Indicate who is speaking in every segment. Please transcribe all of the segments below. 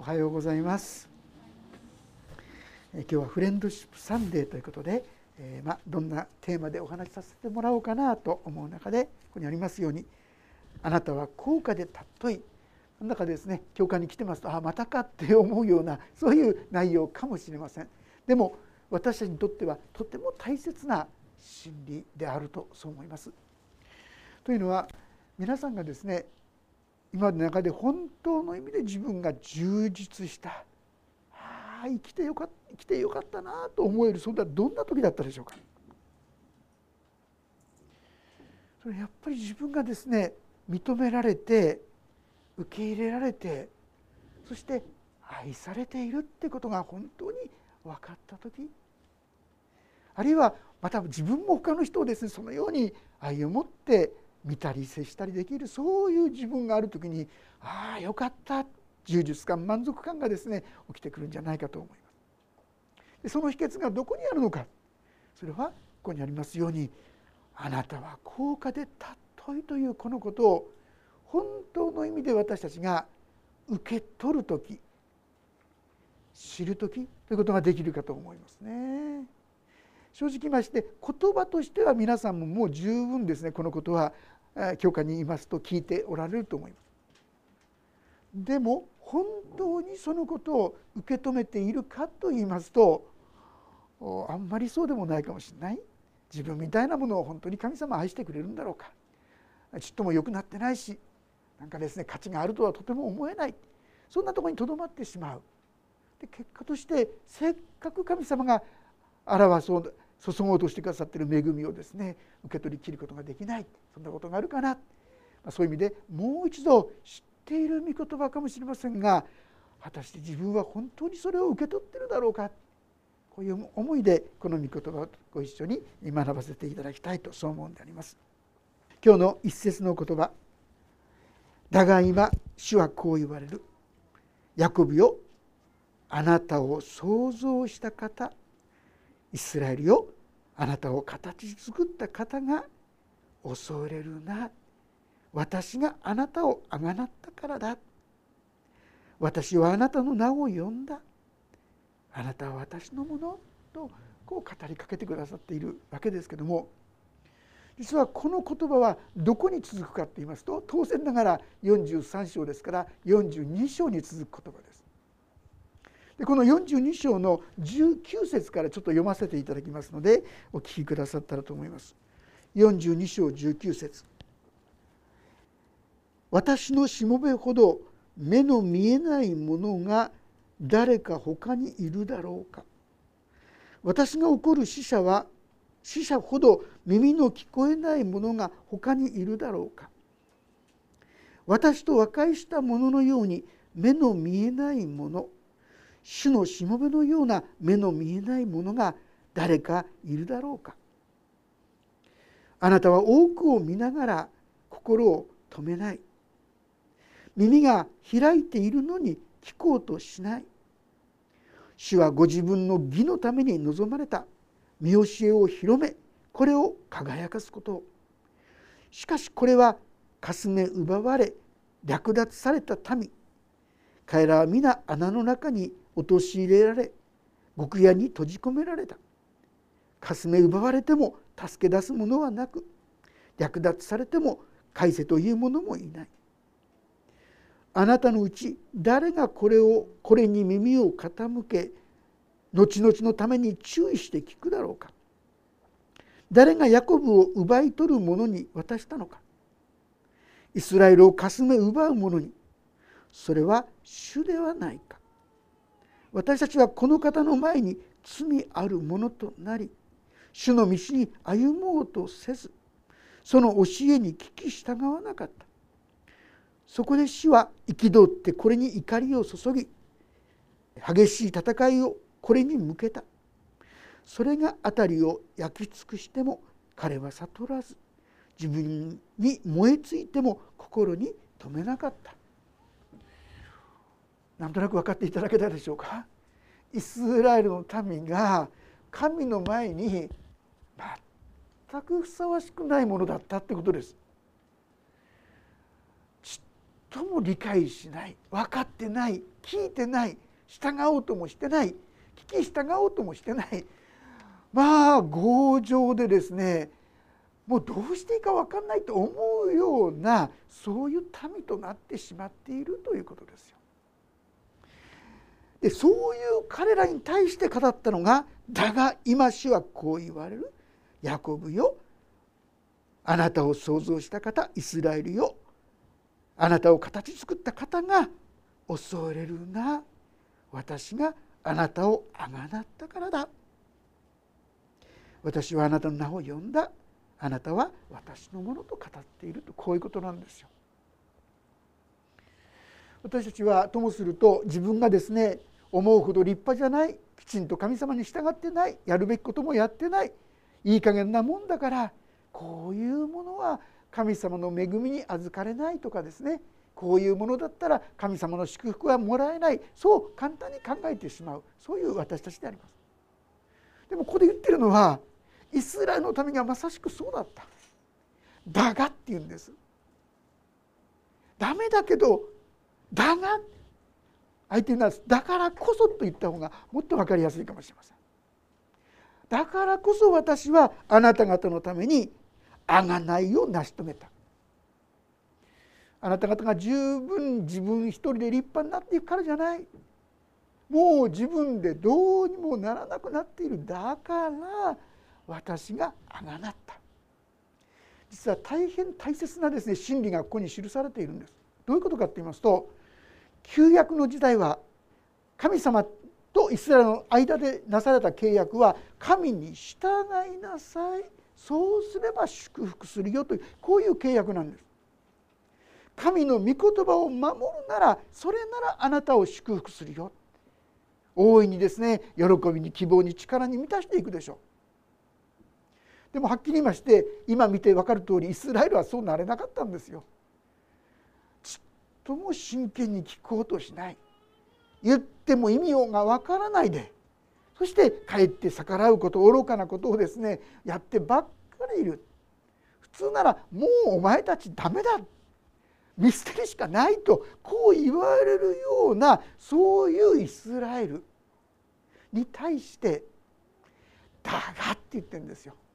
Speaker 1: おはようございます。今日はフレンドシップサンデーということで、どんなテーマでお話しさせてもらおうかなと思う中で、ここにありますように、あなたは高価で尊い、なんだかですね、教会に来てますと、またかって思うような、そういう内容かもしれません。でも私たちにとってはとても大切な真理であるとそう思います。というのは、皆さんがですね、今の中で本当の意味で自分が充実した、生きてよかったなと思える、そんなどんな時だったでしょうか。それやっぱり自分がですね、認められて受け入れられて、そして愛されているってことが本当に分かった時、あるいはまた自分も他の人をですね、そのように愛を持って見たり接したりできる、そういう自分がある時に、よかった、充実感、満足感がですね起きてくるんじゃないかと思います。でその秘訣がどこにあるのか、それはここにありますように、あなたは高価で尊いというこのことを本当の意味で私たちが受け取る時、知る時ということができるかと思いますね。正直言いまして、言葉としては皆さんももう十分ですね、このことは教会にいますと聞いておられると思います。でも本当にそのことを受け止めているかと言いますと、あんまりそうでもないかもしれない。自分みたいなものを本当に神様愛してくれるんだろうか、ちっとも良くなってないし、なんかですね、価値があるとはとても思えない、そんなところにとどまってしまう。で結果としてせっかく神様が注ごうとしてくださっている恵みをですね、受け取りきることができない、そんなことがあるかな。そういう意味でもう一度知っている御言葉かもしれませんが、果たして自分は本当にそれを受け取っているだろうか、こういう思いでこの御言葉をご一緒に学ばせていただきたいと、そう思うんであります。今日の一節の言葉、だが今主はこう言われる。ヤコブよ、あなたを創造した方、イスラエルよ、あなたを形作った方が恐れるな。私があなたをあがなったからだ。私はあなたの名を呼んだ。あなたは私のものと、こう語りかけてくださっているわけですけども、実はこの言葉はどこに続くかと言いますと、当然ながら43章ですから42章に続く言葉です。でこの42章の19節からちょっと読ませていただきますので、お聞きくださったらと思います。42章19節、私のしもべほど目の見えないものが誰か他にいるだろうか。私が怒る死者ほど耳の聞こえないものが他にいるだろうか。私と和解したもののように目の見えないもの、主のしもべのような目の見えないものが誰かいるだろうか。あなたは多くを見ながら心を止めない。耳が開いているのに聞こうとしない。主はご自分の義のために望まれた見教えを広め、これを輝かすこと。しかしこれはかすめ奪われ略奪された民。彼らは皆穴の中に陥れられ、獄屋に閉じ込められた。かすめ奪われても助け出す者はなく、略奪されても返せという者もいない。あなたのうち誰がこれに耳を傾け、後々のために注意して聞くだろうか。誰がヤコブを奪い取る者に渡したのか。イスラエルをかすめ奪う者に、それは主ではないか。私たちはこの方の前に罪あるものとなり、主の道に歩もうとせず、その教えに聞き従わなかった。そこで主は憤ってこれに怒りを注ぎ、激しい戦いをこれに向けた。それが辺りを焼き尽くしても彼は悟らず、自分に燃えついても心に留めなかった。なんとなく分かっていただけたでしょうか。イスラエルの民が神の前に全くふさわしくないものだったってことです。ちっとも理解しない、分かってない、 聞いてない、従おうともしてない、聞き従おうともしてない、まあ強情でですね、もうどうしていいか分かんないと思うような、そういう民となってしまっているということですよ。でそういう彼らに対して語ったのが、だが今主はこう言われる。ヤコブよ、あなたを創造した方、イスラエルよ、あなたを形作った方が恐れるな。私があなたをあがなったからだ。私はあなたの名を呼んだ。あなたは私のものと語っていると、こういうことなんですよ。私たちはともすると、自分がですね、思うほど立派じゃない、きちんと神様に従ってない、やるべきこともやってない、いい加減なもんだから、こういうものは神様の恵みに預かれないとかですね、こういうものだったら神様の祝福はもらえない、そう簡単に考えてしまう、そういう私たちであります。でもここで言ってるのは、イスラエルのためにはまさしくそうだった。だがっていうんです。ダメだけど、だが相手になる、だからこそと言った方がもっと分かりやすいかもしれません。だからこそ私はあなた方のために贖いを成し遂げた。あなた方が十分自分一人で立派になっていくからじゃない。もう自分でどうにもならなくなっている。だから私が贖った。実は大変大切なですね、真理がここに記されているんです。どういうことかと言いますと、旧約の時代は神様とイスラエルの間でなされた契約は、神に従いなさい、そうすれば祝福するよという、こういう契約なんです。神の御言葉を守るなら、それならあなたを祝福するよ。大いにですね、喜びに希望に力に満たしていくでしょう。でもはっきり言いまして、今見て分かる通り、イスラエルはそうなれなかったんですよ。ちっとも真剣に聞こうとしない、言っても意味が分からないで、そしてかえって逆らうこと、愚かなことをですねやってばっかりいる。普通ならもうお前たちダメだ、見捨てるしかないとこう言われるような、そういうイスラエルに対してだがって言ってるんですよ。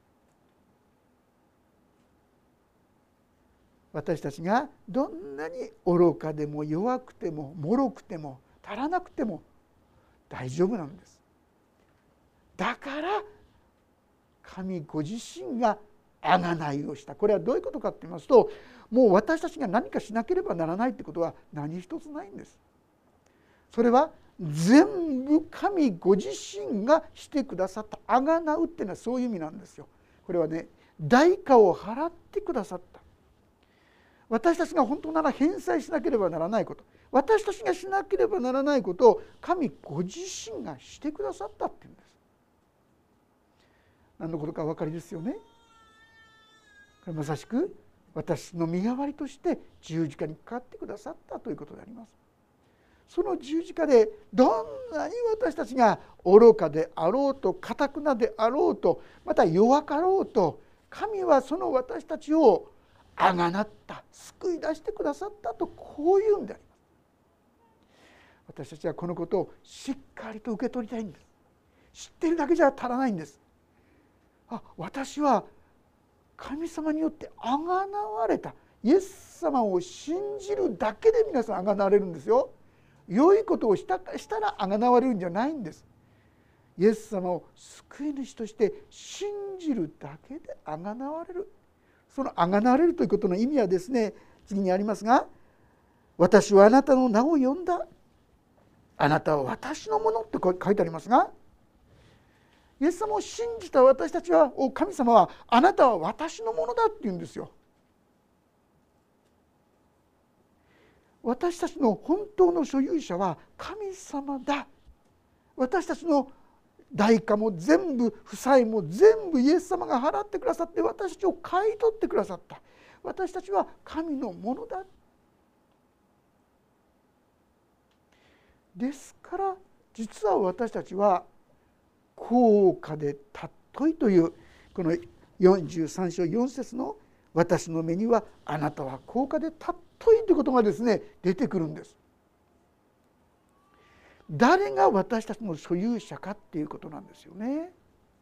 Speaker 1: 私たちがどんなに愚かでも弱くても脆くても足らなくても大丈夫なんです。だから神ご自身が贖いをした。これはどういうことかと言いますと、もう私たちが何かしなければならないということは何一つないんです。それは全部神ご自身がしてくださった。贖うっていうのはそういう意味なんですよ。これはね、代価を払ってくださった。私たちが本当なら返済しなければならないこと、私たちがしなければならないことを神ご自身がしてくださったっていうんです。何のことかお分かりですよね。これまさしく私の身代わりとして十字架にかかってくださったということであります。その十字架でどんなに私たちが愚かであろうと、堅くなであろうと、また弱かろうと、神はその私たちをあがなった、救い出してくださったと、こういうんであります。私たちはこのことをしっかりと受け取りたいんです。知ってるだけじゃ足らないんです。私は神様によってあがなわれた。イエス様を信じるだけで皆さんあがなわれるんですよ。良いことをしたらあがなわれるんじゃないんです。イエス様を救い主として信じるだけであがなわれる。そのあがなわれるということの意味はですね、次にありますが、私はあなたの名を呼んだ、あなたは私のものって書いてありますが、イエス様を信じた私たちは、神様はあなたは私のものだって言うんですよ。私たちの本当の所有者は神様だ。私たちの代価も全部、負債も全部イエス様が払ってくださって、私たちを買い取ってくださった。私たちは神のものだ。ですから実は私たちは高価で尊いという、この43章4節の私の目にはあなたは高価で尊いということがですね出てくるんです。 誰が私たちの所有者かっていうことなんですよね。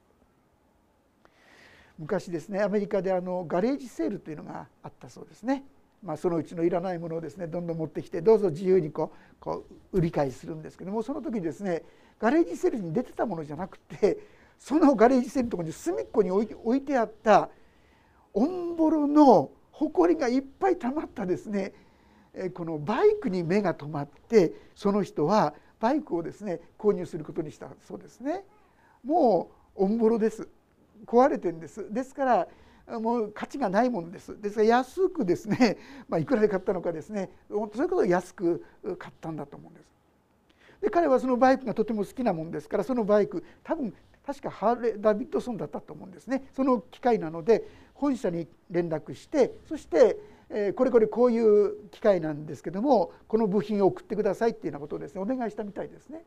Speaker 1: 昔ですね、アメリカでガレージセールというのがあったそうですね。そのうちのいらないものをですねどんどん持ってきてどうぞ自由にこう売り買いするんですけども、その時にですねガレージセールに出てたものじゃなくて、そのガレージセールのところに隅っこに置いてあったオンボロのほこりがいっぱい溜まったですねこのバイクに目が留まって、その人はバイクをですね購入することにしたそうですね。もうオンボロです、壊れてるんです。ですからもう価値がないものです。ですから安くですね、いくらで買ったのかですね、それこそ安く買ったんだと思うんです。で彼はそのバイクがとても好きなもんですから、そのバイク確かハーレー・ダビッドソンだったと思うんですね。その機械なので本社に連絡して、そしてこういう機械なんですけどもこの部品を送ってくださいっていうようなことをですねお願いしたみたいですね。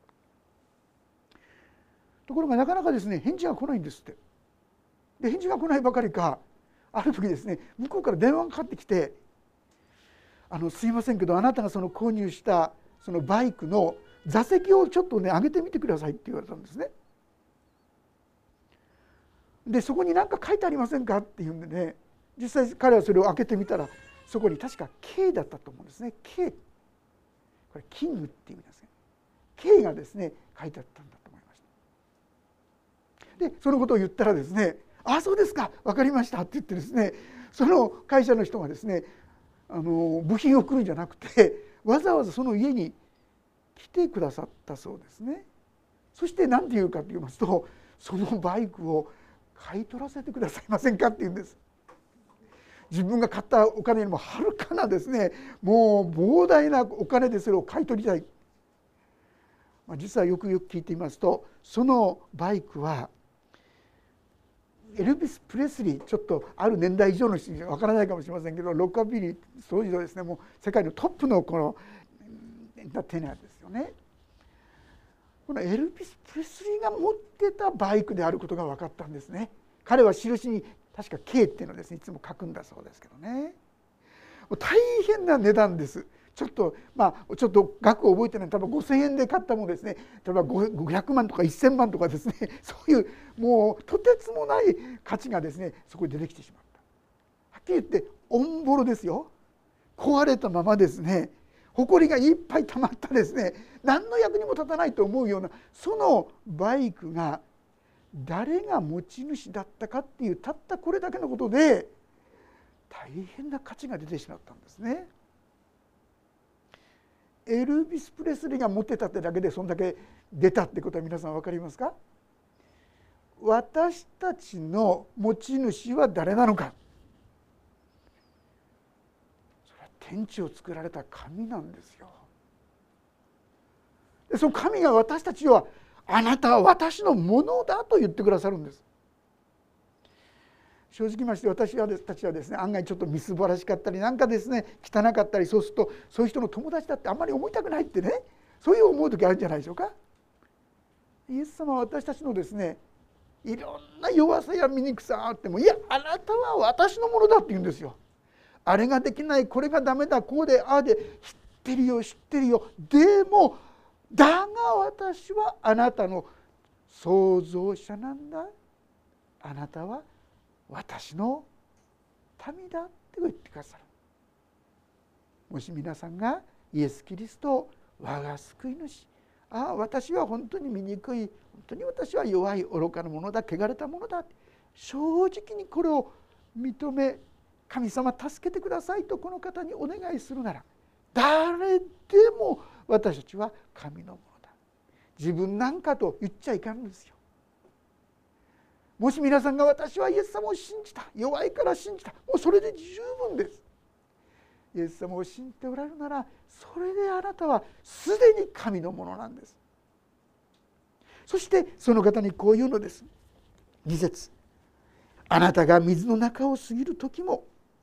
Speaker 1: ところがなかなかですね返事が来ないんですって。で返事が来ないばかりか、ある時ですね向こうから電話がかかってきて「すいませんけどあなたがその購入したそのバイクの座席をちょっとね上げてみてください」って言われたんですね。でそこに何か書いてありませんかっていうんでね、実際彼はそれを開けてみたらそこに確か K だったと思うんですね。 K、 これキングっていう意味ですね。 K がですね書いてあったんだと思いました。でそのことを言ったらですね「ああそうですか、分かりました」って言ってですね、その会社の人がですね部品を送るんじゃなくてわざわざその家に来てくださったそうですね。そして何て言うかと言いますと、そのバイクを買い取らせてくださいませんかって言うんです。自分が買ったお金よりもはるかなですねもう膨大なお金でそれを買い取りたい。実はよく聞いてみますと、そのバイクはエルビス・プレスリー、ちょっとある年代以上の人には分からないかもしれませんけど、ロッカビリー当時のですねもう世界のトップのこのエンターテイナーですよね。このエルビス・プレスリーが持ってたバイクであることが分かったんですね。彼は印に確か K っていうのをですねいつも書くんだそうですけどね。もう大変な値段です。ちょっと額を覚えてない、多分5000円で買ったものですね、例えば500万とか1000万とかですね、そういうもうとてつもない価値がですねそこに出てきてしまった。はっきり言ってオンボロですよ。壊れたままですね、埃がいっぱい溜まったですね、何の役にも立たないと思うようなそのバイクが誰が持ち主だったかっていうたったこれだけのことで大変な価値が出てしまったんですね。エルビス・プレスリーが持ってたってだけでそんだけ出たってことは皆さん分かりますか？私たちの持ち主は誰なのか。それは天地を作られた神なんですよ。でその神が私たちはあなたは私のものだと言ってくださるんです。正直まして私たちはですね案外ちょっとみすぼらしかったりなんかですね汚かったり、そうするとそういう人の友達だってあんまり思いたくないってね、そういう思う時あるんじゃないでしょうか。イエス様は私たちのですねいろんな弱さや醜さがあっても、いやあなたは私のものだって言うんですよ。あれができない、これがダメだ、こうでああで、知ってるよ知ってるよ、でもだが私はあなたの創造者なんだ、あなたは私の民だって言ってくださる。もし皆さんがイエス・キリスト我が救い主、私は本当に醜い、本当に私は弱い愚かなものだ、汚れたものだ、正直にこれを認め、神様助けてくださいとこの方にお願いするなら、誰でも私たちは神のものだ、自分なんかと言っちゃいかんのですよ。もし皆さんが私はイエス様を信じた、弱いから信じた、もうそれで十分です。イエス様を信じておられるなら、それであなたはすでに神のものなんです。そしてその方にこう言うのです。2節、あなたが水の中を過ぎる時も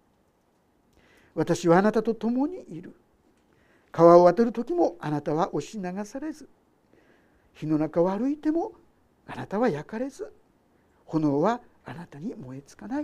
Speaker 1: 私はあなたと共にいる。川を渡る時もあなたは押し流されず、火の中を歩いてもあなたは焼かれず、炎はあなたに燃えつかない。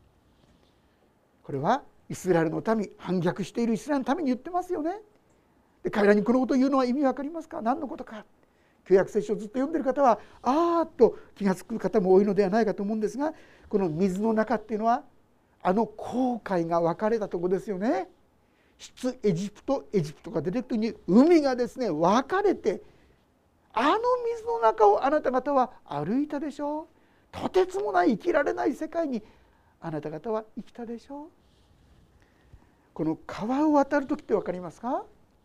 Speaker 1: これはイスラエルの民、反逆しているイスラエルの民に言ってますよね。 で彼らにこのことを言うのは意味わかりますか？何のことか。旧約聖書をずっと読んでいる方はあーっと気が付く方も多いのではないかと思うんですが、この水の中っていうのは紅海が分かれたところですよね。出エジプトが出てくる時に海がですね分かれて、水の中をあなた方は歩いたでしょう。とてつもない生きられない世界にあなた方は生きたでしょう。この川を渡る時って分かりますか？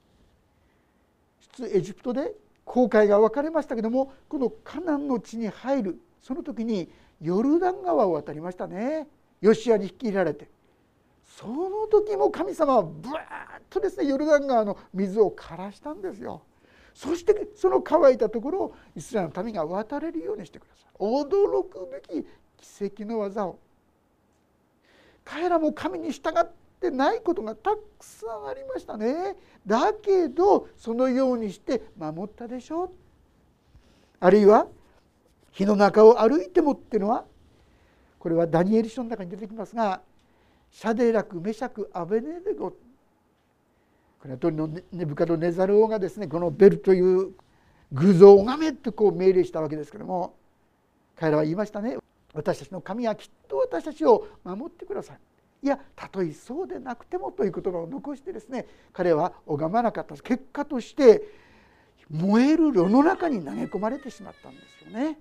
Speaker 1: 出エジプトで紅海が分かれましたけども、このカナンの地に入るその時にヨルダン川を渡りましたね。ヨシアに率いられて、その時も神様はブワーッとですねヨルダン川の水を枯らしたんですよ。そしてその乾いたところをイスラエルの民が渡れるようにしてください。驚くべき奇跡の技を。彼らも神に従ってないことがたくさんありましたね。だけどそのようにして守ったでしょう。あるいは火の中を歩いてもっていうのは、これはダニエル書の中に出てきますが、シャデラクメシャクアベネデゴ、これは鳥のネブカドネザル王がですねこのベルという偶像を拝めって命令したわけですけども、彼らは言いましたね。私たちの神はきっと私たちを守ってください。いや、たとえそうでなくてもという言葉を残してですね、彼は拝まなかった。結果として燃える炉の中に投げ込まれてしまったんですよね。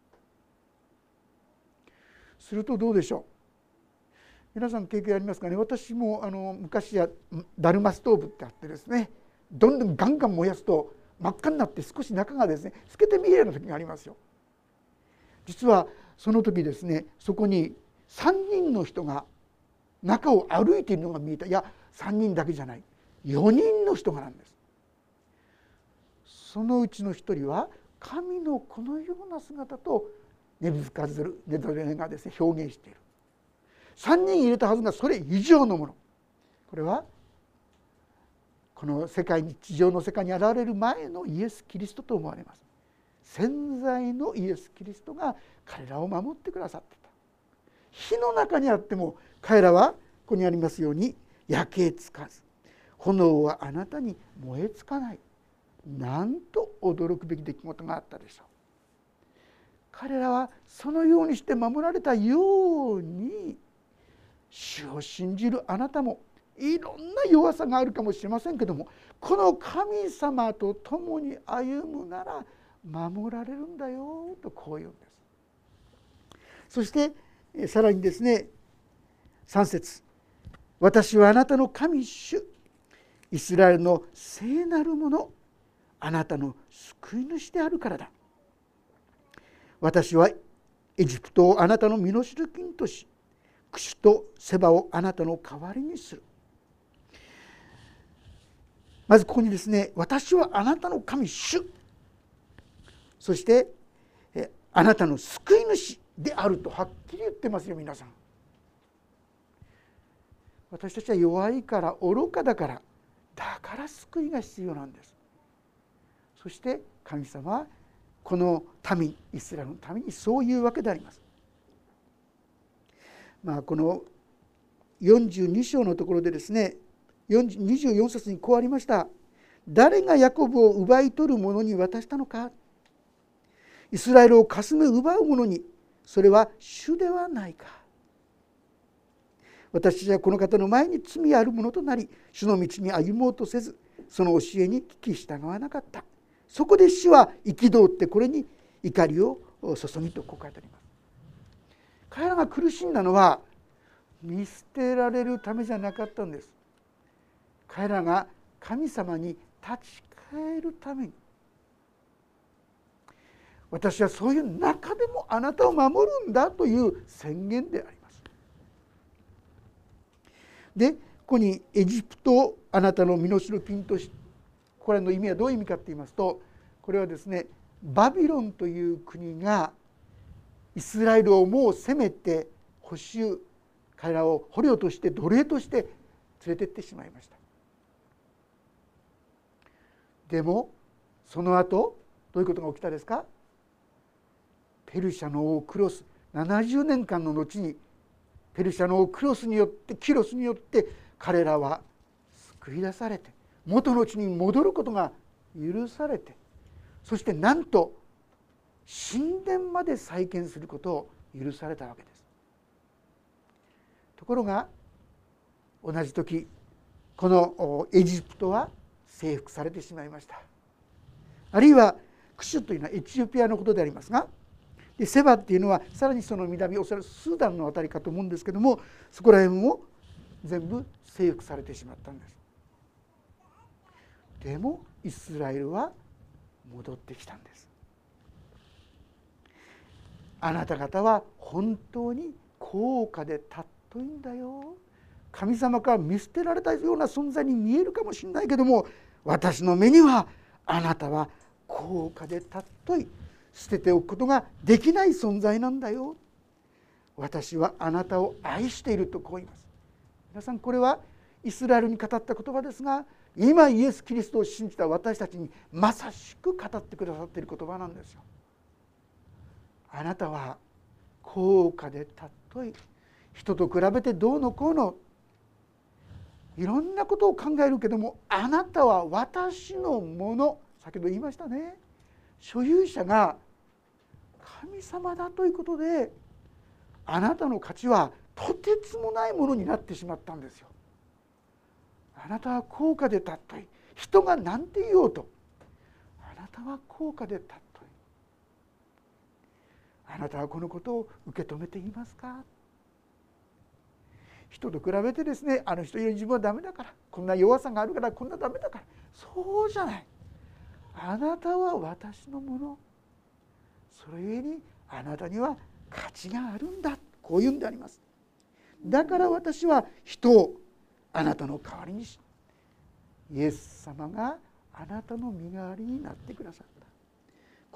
Speaker 1: するとどうでしょう。皆さん経験ありますかね。私も昔はダルマストーブってあってですね、どんどんガンガン燃やすと真っ赤になって少し中がですね透けて見えるような時がありますよ。実はその時ですね、そこに3人の人が中を歩いているのが見えた。いや、3人だけじゃない、4人の人がなんです。そのうちの1人は神のこのような姿とネブカズネザレがですね表現している。3人入れたはずがそれ以上のもの。これはこの世界に、地上の世界に現れる前のイエス・キリストと思われます。潜在のイエス・キリストが彼らを守ってくださっていた。火の中にあっても彼らはここにありますように焼けつかず、炎はあなたに燃えつかない。なんと驚くべき出来事があったでしょう。彼らはそのようにして守られたように、主を信じるあなたもいろんな弱さがあるかもしれませんけども、この神様と共に歩むなら守られるんだよとこう言うんです。そしてさらにですね、3節、私はあなたの神主イスラエルの聖なるもの、あなたの救い主であるからだ。私はエジプトをあなたの身代金とし、クシュとセバをあなたの代わりにする。まずここにですね、私はあなたの神主、そしてあなたの救い主であるとはっきり言ってますよ。皆さん、私たちは弱いから、愚かだから、だから救いが必要なんです。そして神様はこの民、イスラエルのためにそういうわけであります。この42章のところでですね、24節にこうありました。誰がヤコブを奪い取る者に渡したのか。イスラエルをかすめ奪う者に、それは主ではないか。私たちはこの方の前に罪ある者となり、主の道に歩もうとせず、その教えに聞き従わなかった。そこで主は憤ってこれに怒りを注ぎとこう書いてあります。彼らが苦しんだのは見捨てられるためじゃなかったんです。彼らが神様に立ち返るために、私はそういう中でもあなたを守るんだという宣言であります。で、ここにエジプトをあなたの身代金とし、これの意味はどういう意味かと言いますと、これはですね、バビロンという国がイスラエルをもう攻めて捕囚、彼らを捕虜として奴隷として連れてってしまいました。でもその後どういうことが起きたですか。ペルシャの王クロス、70年間の後にペルシャの王クロスによって、キロスによって彼らは救い出されて、 元の地に戻ることが許されて、そしてなんと神殿まで再建することを許されたわけです。ところが同じ時このエジプトは征服されてしまいました。あるいはクシュというのはエチオピアのことでありますが、でセバっていうのはさらにその南、おそらくスーダンのあたりかと思うんですけども、そこら辺も全部征服されてしまったんです。でもイスラエルは戻ってきたんです。あなた方は本当に高価で尊いんだよ。神様から見捨てられたような存在に見えるかもしれないけども、私の目にはあなたは高価で尊い、捨てておくことができない存在なんだよ。私はあなたを愛しているとこう言います。皆さん、これはイスラエルに語った言葉ですが、今イエス・キリストを信じた私たちにまさしく語ってくださっている言葉なんですよ。あなたは高価で尊い、人と比べてどうのこうのいろんなことを考えるけども、あなたは私のもの、先ほど言いましたね、所有者が神様だということで、あなたの価値はとてつもないものになってしまったんですよ。あなたは高価で尊い、人が何て言おうとあなたは高価で尊い。あなたはこのことを受け止めていますか。人と比べてですね、あの人より自分はダメだから、こんな弱さがあるからこんなダメだから、そうじゃない。あなたは私のもの、それゆえにあなたには価値があるんだ、こういうんであります。だから私は人をあなたの代わりにし、イエス様があなたの身代わりになってくださった。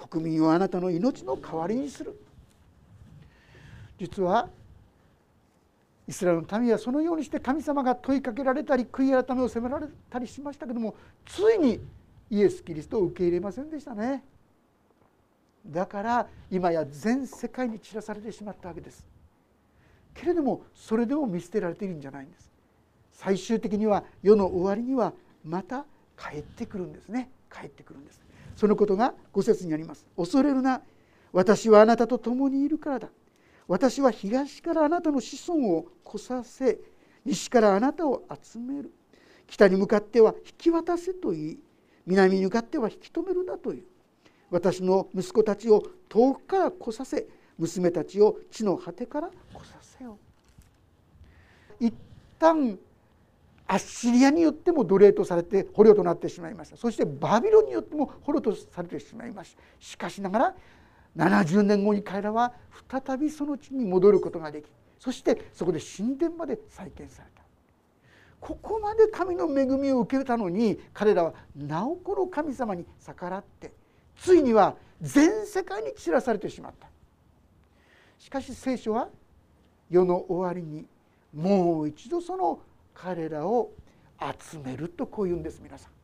Speaker 1: 国民をあなたの命の代わりにする。実はイスラエルの民はそのようにして神様が問いかけられたり悔い改めを責められたりしましたけども、ついにイエス・キリストを受け入れませんでしたね。だから今や全世界に散らされてしまったわけです。けれどもそれでも見捨てられているんじゃないんです。最終的には世の終わりにはまた帰ってくるんですね。帰ってくるんです。そのことが5節にあります。恐れるな、私はあなたと共にいるからだ。私は東からあなたの子孫を来させ、西からあなたを集める。北に向かっては引き渡せと言い、南に向かっては引き止めるなという。私の息子たちを遠くから来させ、娘たちを地の果てから来させよ。一旦アッシリアによっても奴隷とされて捕虜となってしまいました。そしてバビロンによっても捕虜とされてしまいました。しかしながら70年後に彼らは再びその地に戻ることができ、そしてそこで神殿まで再建された。ここまで神の恵みを受けたのに、彼らはなおこの神様に逆らって、ついには全世界に散らされてしまった。しかし聖書は世の終わりにもう一度その彼らを集めるとこう言うんです。皆さん、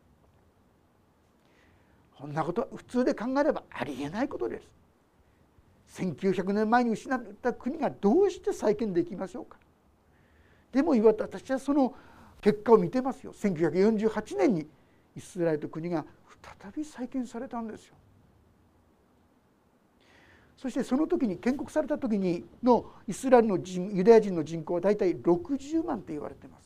Speaker 1: こんなことは普通で考えればありえないことです。1900年前に失った国がどうして再建できましょうか。でも私はその結果を見てますよ。1948年にイスラエルと国が再び再建されたんですよ。そしてその時に建国された時にのイスラエルのユダヤ人の人口はだいたい60万と言われています。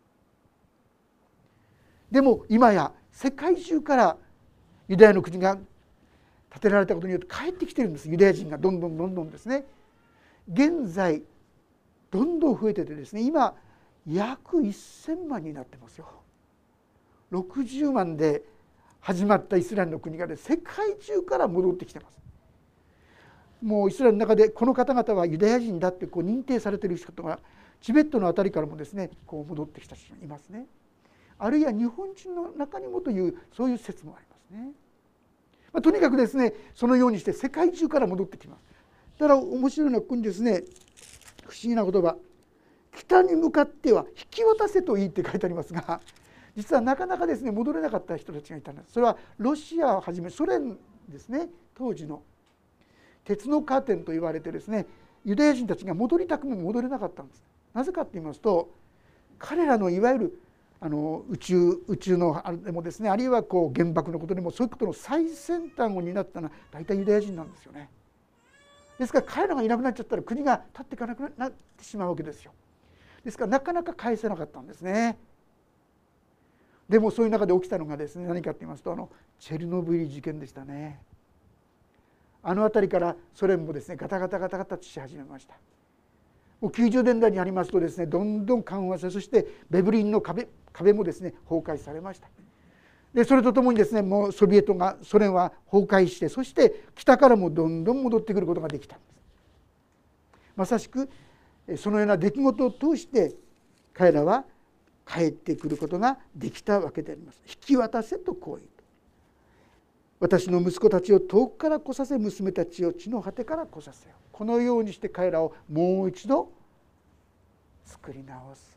Speaker 1: でも今や世界中からユダヤの国が建てられたことによって帰ってきているんです。ユダヤ人がどんどんですね、現在どんどん増えててですね、今約1000万になってますよ。60万で始まったイスラエルの国が世界中から戻ってきてます。もうイスラエルの中でこの方々はユダヤ人だって認定されている人がチベットのあたりからもですね戻ってきた人がいますね。あるいは日本人の中にもというそういう説もありますね。とにかくですねそのようにして世界中から戻ってきます。だから面白いのはここにですね不思議な言葉、北に向かっては引き渡せといいって書いてありますが、実はなかなかですね戻れなかった人たちがいたんです。それはロシアをはじめソ連ですね、当時の鉄のカーテンと言われてですね、ユダヤ人たちが戻りたくも戻れなかったんです。なぜかと言いますと、彼らのいわゆる宇宙のあれでもですね、あるいは原爆のことでも、そういうことの最先端を担ったのは大体ユダヤ人なんですよね。ですから彼らがいなくなっちゃったら国が立っていかなくなってしまうわけですよ。ですからなかなか返せなかったんですね。でもそういう中で起きたのがですね、何かと言いますとチェルノブイリ事件でしたね。あの辺りからソ連もですねガタガタガタガタとし始めました。もう90年代になりますとですね、どんどん緩和され、そしてベルリンの壁もですね崩壊されました。でそれとともにですね、もうソ連は崩壊して、そして北からもどんどん戻ってくることができたんです。まさしくそのような出来事を通して彼らは帰ってくることができたわけであります。引き渡せとこう言う。私の息子たちを遠くから来させ、娘たちを地の果てから来させよ。このようにして彼らをもう一度作り直す。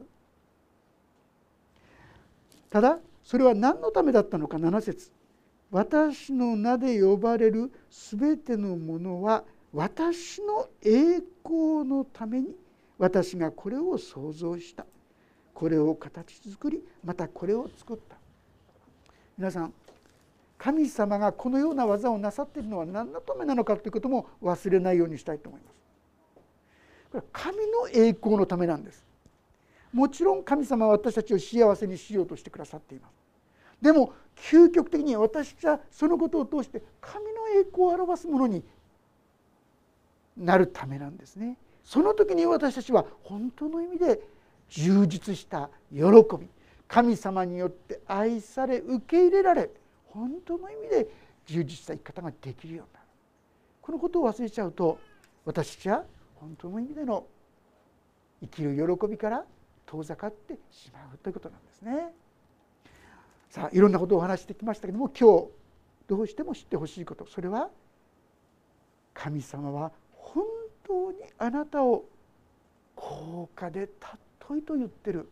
Speaker 1: ただそれは何のためだったのか。7節、私の名で呼ばれるすべてのものは私の栄光のために私がこれを創造した。これを形作り、またこれを作った。皆さん、神様がこのような技をなさっているのは何のためなのかということも忘れないようにしたいと思います。これは神の栄光のためなんです。もちろん神様は私たちを幸せにしようとしてくださっています。でも究極的に私はそのことを通して神の栄光を表すものになるためなんですね。その時に私たちは本当の意味で充実した喜び、神様によって愛され受け入れられ、本当の意味で充実した生き方ができるようになる。このことを忘れちゃうと、私たちは本当の意味での生きる喜びから遠ざかってしまうということなんですね。さあ、いろんなことをお話してきましたけども、今日どうしても知ってほしいこと、それは神様は本当にあなたを高価で尊いと言ってる。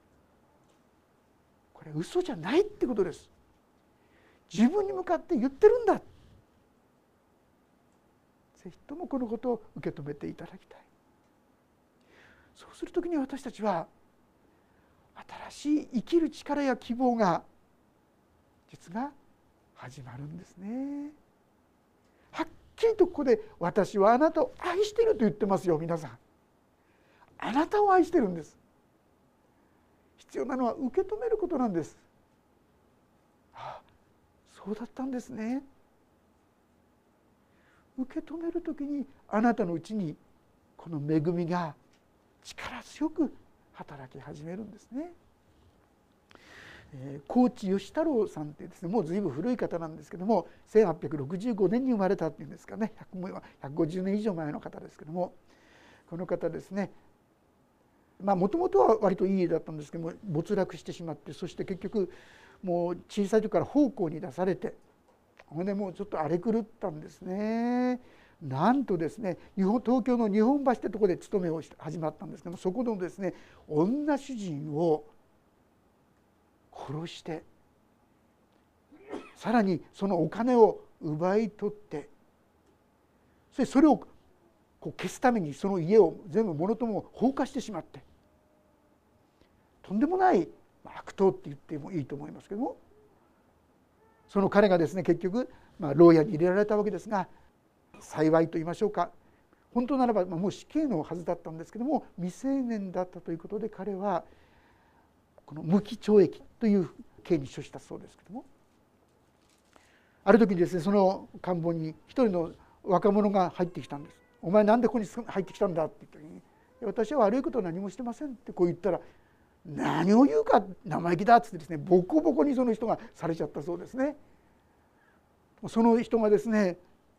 Speaker 1: これ嘘じゃないってことです。自分に向かって言ってるんだ。ぜひともこのことを受け止めていただきたい。そうするときに私たちは新しい生きる力や希望が実が始まるんですね。はっきりとここで私はあなたを愛していると言ってますよ。皆さん、あなたを愛してるんです。必要なのは受け止めることなんです。ああ、そうだったんですね。受け止めるときにあなたのうちにこの恵みが力強く働き始めるんですね。高知義太郎さんってですね、もう随分古い方なんですけども、1865年に生まれたっていうんですかね、150年以上前の方ですけども、この方ですね、もともとは割といい家だったんですけども、没落してしまって、そして結局もう小さい時から奉公に出されて、ほんでもうちょっと荒れ狂ったんですね。なんとですね、東京の日本橋ってところで勤めを始まったんですけども、そこのですね女主人を殺して、さらにそのお金を奪い取って、それを消すためにその家を全部もろとも放火してしまって、とんでもない悪党って言ってもいいと思いますけども、その彼がですね結局牢屋に入れられたわけですが、幸いと言いましょうか、本当ならばもう死刑のはずだったんですけども、未成年だったということで彼はこの無期懲役という刑に処したそうですけども、ある時にですねその監房に一人の若者が入ってきたんです。お前なんでここに入ってきたんだって言った時に、私は悪いことは何もしてませんってこう言ったら、何を言うか生意気だっつってですね、ボコボコにその人がされちゃったそうですね。その人がですね、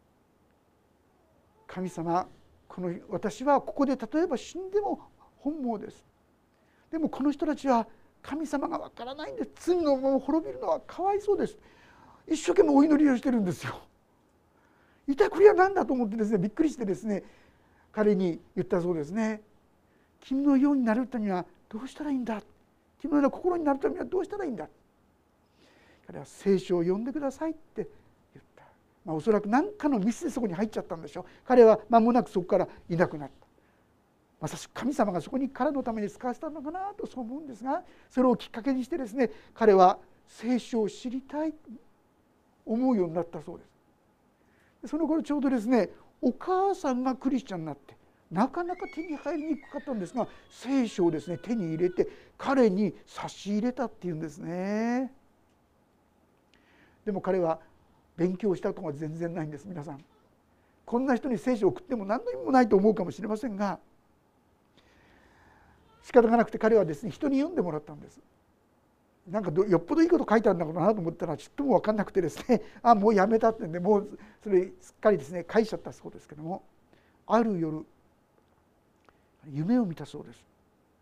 Speaker 1: 神様、私はここで例えば死んでも本望です。でもこの人たちは神様がわからないんです。罪のまま滅びるのはかわいそうです。一生懸命お祈りをしてるんですよ。一体これは何だと思ってですね、びっくりしてですね、彼に言ったそうですね。君のようになるためにはどうしたらいいんだ。君のような心になるためにはどうしたらいいんだ。彼は聖書を読んでくださいって言った。おそらく何かのミスでそこに入っちゃったんでしょう。彼は間もなくそこからいなくなった。 まさしく神様がそこに彼のために使わせたのかなとそう思うんですが、それをきっかけにしてですね、彼は聖書を知りたいと思うようになったそうです。その頃ちょうどですね、お母さんがクリスチャンになってなかなか手に入りにくかったんですが、聖書をですね手に入れて彼に差し入れたっていうんですね。でも彼は勉強したことが全然ないんです。皆さん、こんな人に聖書を送っても何の意味もないと思うかもしれませんが、仕方がなくて彼はですね人に読んでもらったんです。なんかよっぽどいいこと書いてあるんだろうなと思ったらちっとも分かんなくてですね、もうやめたってんで、もうそれすっかりですね書いちゃったそうですけども、ある夜夢を見たそうです。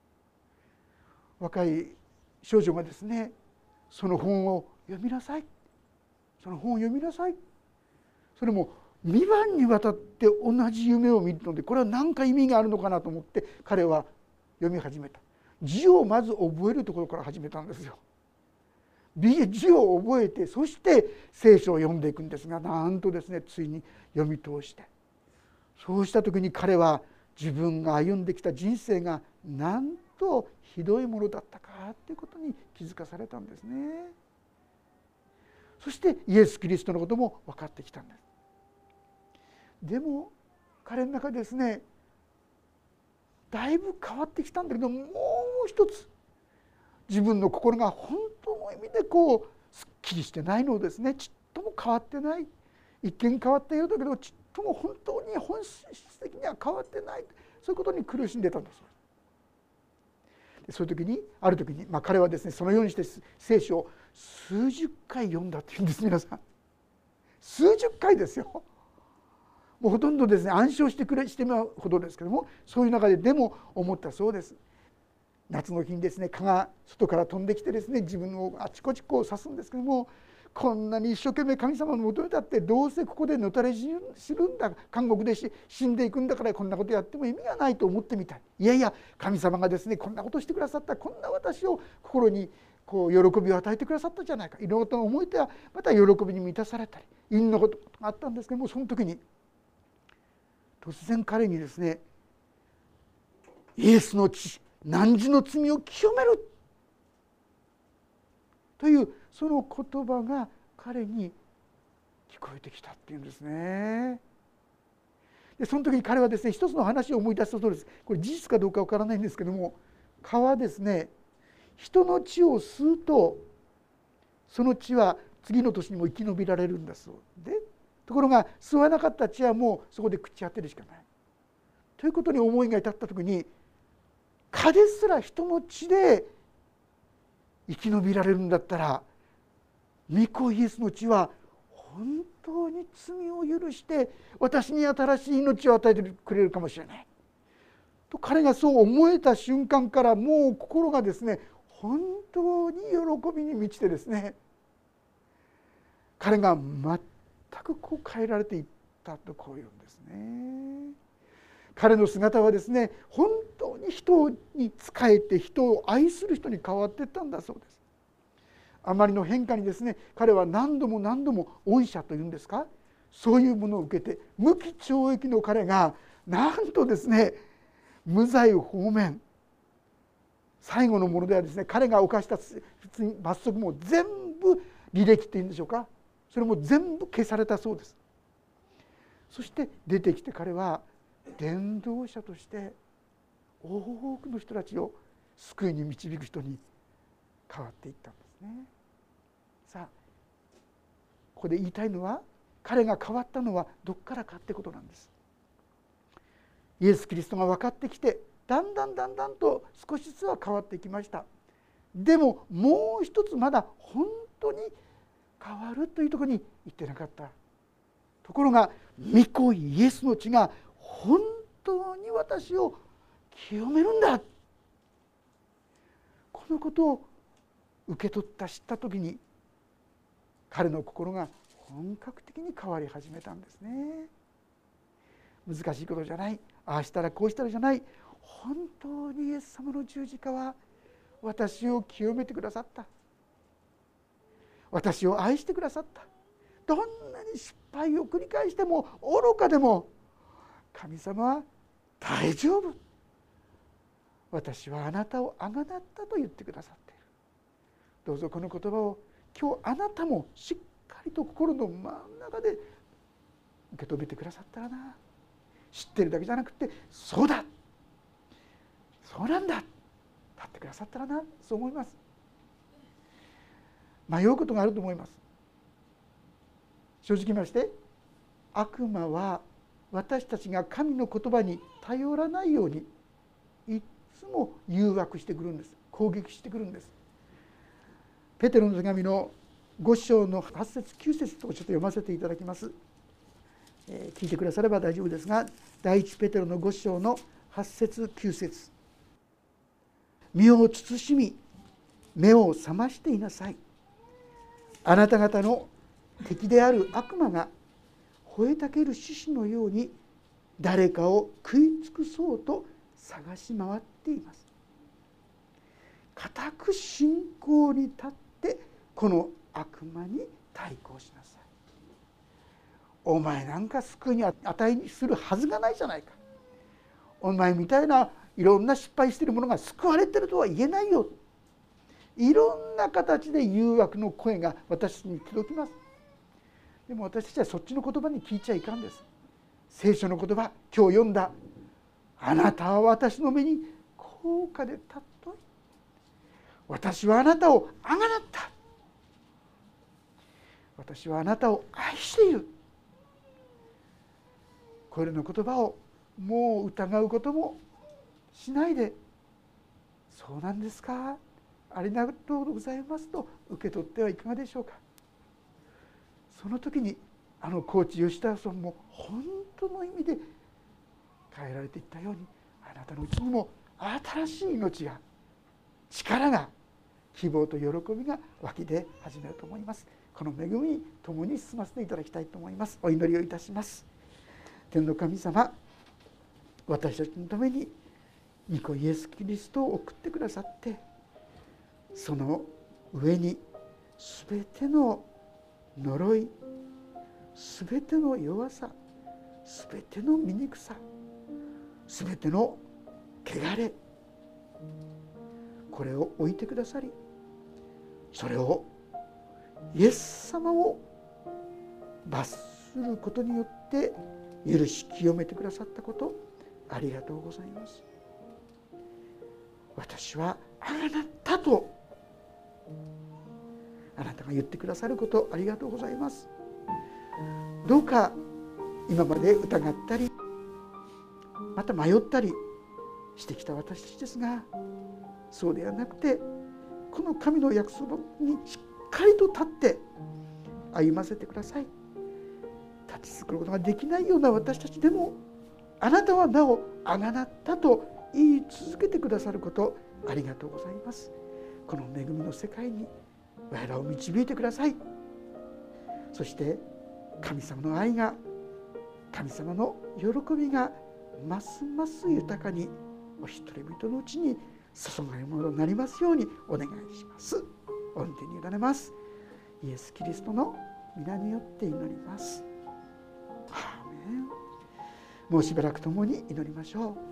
Speaker 1: 若い少女がですね、その本を読みなさい、その本を読みなさい、それも2番にわたって同じ夢を見るので、これは何か意味があるのかなと思って彼は読み始めた。字をまず覚えるところから始めたんですよ。字を覚えて、そして聖書を読んでいくんですが、なんとですねついに読み通して、そうした時に彼は自分が歩んできた人生がなんとひどいものだったかということに気づかされたんですね。そしてイエス・キリストのことも分かってきたんです。でも彼の中でですね、だいぶ変わってきたんだけど、もう一つ自分の心が本当の意味ですっきりしてないのですね。ちっとも変わってない、一見変わったようだけどちっとも本当に本質的には変わってない、そういうことに苦しんでたんだそうです。そういう時にある時に、彼はですねそのようにして聖書を数十回読んだっていうんです。皆さん、数十回ですよ。もうほとんどですね暗唱してしてもらうほどですけども、そういう中ででも思ったそうです。夏の日にですね蚊が外から飛んできてですね自分をあちこち刺すんですけども、こんなに一生懸命神様の求めたってどうせここでのたれ死ぬんだ、監獄で死んでいくんだから、こんなことやっても意味がないと思ってみたい。いやいや、神様がですねこんなことしてくださった、こんな私を心に喜びを与えてくださったじゃないか、いろんなことを思えてはまた喜びに満たされたり、いろんなことがあったんですけども、その時に突然彼にですね、イエスの血、汝の罪を清めるというその言葉が彼に聞こえてきたっていうんですね。でその時に彼はですね一つの話を思い出したそうです。これ事実かどうかわからないんですけども、蚊はですね人の血を吸うとその血は次の年にも生き延びられるんだそうで、ところが吸わなかった血はもうそこで朽ち果てるしかないということに思いが至った時に、蚊ですら人の血で生き延びられるんだったら、御子イエスの血は本当に罪を許して私に新しい命を与えてくれるかもしれないと、彼がそう思えた瞬間からもう心がですね本当に喜びに満ちてですね、彼が全く変えられていったとこう言うんですね。彼の姿はですね本当に人に仕えて人を愛する人に変わっていったんだそうです。あまりの変化にですね彼は何度も何度も恩赦というんですか、そういうものを受けて無期懲役の彼がなんとですね無罪放免、最後のものではですね彼が犯した罰則も全部履歴っていうんでしょうか、それも全部消されたそうです。そして出てきて彼は伝道者として多くの人たちを救いに導く人に変わっていったんですね。さあここで言いたいのは、彼が変わったのはどこからかってことなんです。イエス・キリストが分かってきてだんだんと少しずつは変わってきました。でももう一つまだ本当に変わるというところに行ってなかった。ところが御子イエスの血が本当に私を清めるんだ、このことを受け取った知った時に彼の心が本格的に変わり始めたんですね。難しいことじゃない、ああしたらこうしたらじゃない、本当にイエス様の十字架は私を清めてくださった、私を愛してくださった、どんなに失敗を繰り返しても愚かでも神様は大丈夫、 私はあなたをあがなったと言ってくださっている。どうぞこの言葉を今日あなたもしっかりと心の真ん中で受け止めてくださったらな。知ってるだけじゃなくて、そうだ、そうなんだ、立ってくださったらな、そう思います。迷うことがあると思います。正直言いまして、悪魔は私たちが神の言葉に頼らないようにいつも誘惑してくるんです。攻撃してくるんです。ペテロの手紙の5章の8節9節とちょっと読ませていただきます。聞いてくだされば大丈夫ですが、第一ペテロの5章の8節9節、身を慎み目を覚ましていなさい。あなた方の敵である悪魔が吠えたける獅子のように誰かを食い尽くそうと探し回っています。固く信仰に立ってこの悪魔に対抗しなさい。お前なんか救いに値にするはずがないじゃないか。お前みたいないろんな失敗している者が救われているとは言えないよ。いろんな形で誘惑の声が私に届きます。でも私たちはそっちの言葉に聞いちゃいかんです。聖書の言葉、今日読んだ、あなたは私の目に高価で尊い、私はあなたをあがなった、私はあなたを愛している、これの言葉をもう疑うこともしないで、そうなんですか、ありがとうございますと受け取ってはいかがでしょうか。その時にコーチ吉田さんも本当の意味で変えられていったように、あなたのうちにも新しい命が、力が、希望と喜びが湧き出始めると思います。この恵みに共に進ませていただきたいと思います。お祈りをいたします。天の神様、私たちのために御子イエス・キリストを送ってくださって、その上にすべての呪い、すべての弱さ、すべての醜さ、すべての汚れ、これを置いてくださり、それをイエス様を罰することによって許し清めてくださったこと、ありがとうございます。私はあがなったとあなたが言ってくださること、ありがとうございます。どうか今まで疑ったりまた迷ったりしてきた私たちですが、そうではなくて、この神の約束にしっかりと立って歩ませてください。立ち作ることができないような私たちでも、あなたはなおあがなったと言い続けてくださること、ありがとうございます。この恵みの世界に我らを導いてください。そして神様の愛が、神様の喜びがますます豊かにお一人々のうちに注がれるものになりますようにお願いします。御手に委ねます。イエス・キリストの皆によって祈ります。アーメン。もうしばらく共に祈りましょう。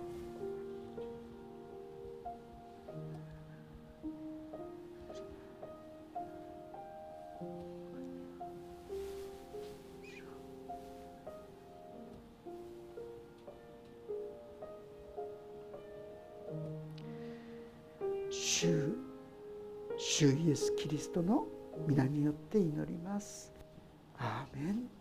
Speaker 1: 主イエス・キリストの皆によって祈ります。アーメン。